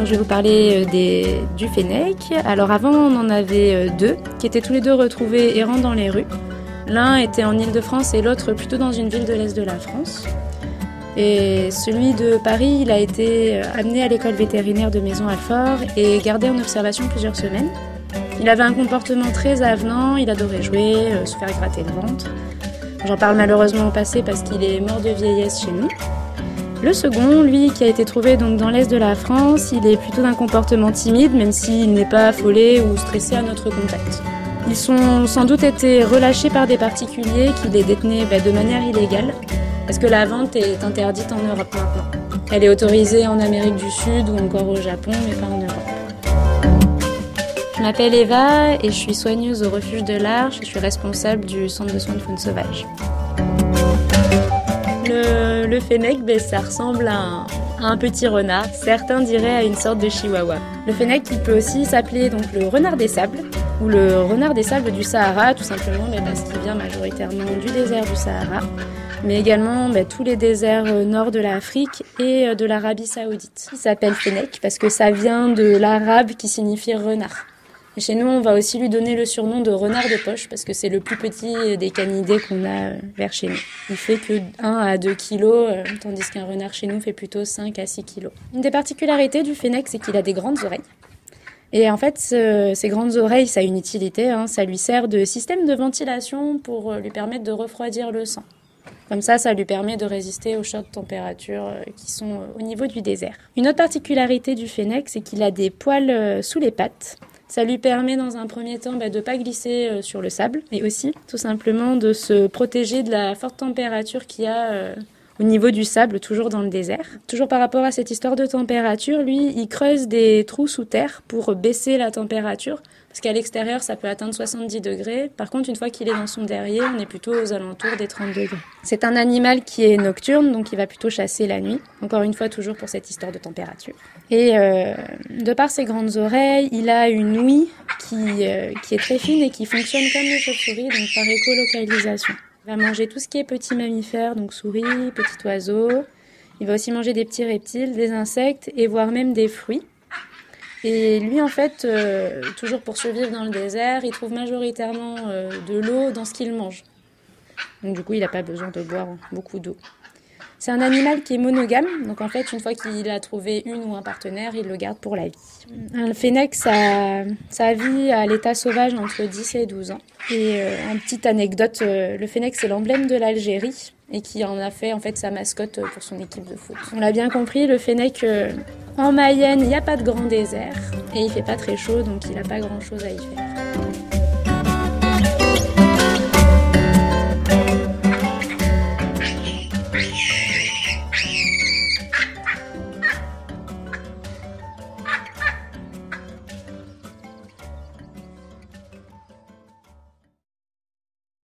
Alors je vais vous parler du fennec. Alors avant on en avait deux qui étaient tous les deux retrouvés errant dans les rues. L'un était en Île-de-France et l'autre plutôt dans une ville de l'Est de la France. Et celui de Paris, il a été amené à l'école vétérinaire de Maison-Alfort et gardé en observation plusieurs semaines. Il avait un comportement très avenant, il adorait jouer, se faire gratter le ventre. J'en parle malheureusement au passé parce qu'il est mort de vieillesse chez nous. Le second, lui, qui a été trouvé donc dans l'Est de la France, il est plutôt d'un comportement timide, même s'il n'est pas affolé ou stressé à notre contact. Ils ont sans doute été relâchés par des particuliers qui les détenaient de manière illégale, parce que la vente est interdite en Europe maintenant. Elle est autorisée en Amérique du Sud ou encore au Japon, mais pas en Europe. Je m'appelle Eva et je suis soigneuse au refuge de l'Arche. Je suis responsable du centre de soins de faune sauvage. Le fennec, ça ressemble à un petit renard. Certains diraient à une sorte de chihuahua. Le fennec, il peut aussi s'appeler donc le renard des sables ou le renard des sables du Sahara, tout simplement parce qu'il vient majoritairement du désert du Sahara, mais également tous les déserts nord de l'Afrique et de l'Arabie Saoudite. Il s'appelle fennec parce que ça vient de l'arabe qui signifie renard. Et chez nous, on va aussi lui donner le surnom de renard de poche parce que c'est le plus petit des canidés qu'on a vers chez nous. Il fait que 1 à 2 kilos, tandis qu'un renard chez nous fait plutôt 5 à 6 kilos. Une des particularités du fennec, c'est qu'il a des grandes oreilles. Et en fait, ces grandes oreilles, ça a une utilité, ça lui sert de système de ventilation pour lui permettre de refroidir le sang. Comme ça lui permet de résister aux chocs de température qui sont au niveau du désert. Une autre particularité du fennec, c'est qu'il a des poils sous les pattes. Ça lui permet dans un premier temps de ne pas glisser sur le sable et aussi tout simplement de se protéger de la forte température qu'il y a au niveau du sable, toujours dans le désert. Toujours par rapport à cette histoire de température, lui, il creuse des trous sous terre pour baisser la température parce qu'à l'extérieur, ça peut atteindre 70 degrés. Par contre, une fois qu'il est dans son terrier, on est plutôt aux alentours des 30 degrés. C'est un animal qui est nocturne, donc il va plutôt chasser la nuit. Encore une fois, toujours pour cette histoire de température. Et de par ses grandes oreilles, il a une ouïe qui est très fine et qui fonctionne comme les chauves-souris, donc par écolocalisation. Il va manger tout ce qui est petits mammifères, donc souris, petits oiseaux. Il va aussi manger des petits reptiles, des insectes et voire même des fruits. Et lui, en fait, toujours pour survivre dans le désert, il trouve majoritairement de l'eau dans ce qu'il mange. Donc du coup, il n'a pas besoin de boire beaucoup d'eau. C'est un animal qui est monogame, donc en fait, une fois qu'il a trouvé une ou un partenaire, il le garde pour la vie. Le fennec, ça vit à l'état sauvage entre 10 et 12 ans. Et en petite anecdote, le fennec, c'est l'emblème de l'Algérie et qui en a fait en fait sa mascotte pour son équipe de foot. On l'a bien compris, le fennec, en Mayenne, il n'y a pas de grand désert et il fait pas très chaud, donc il n'a pas grand-chose à y faire.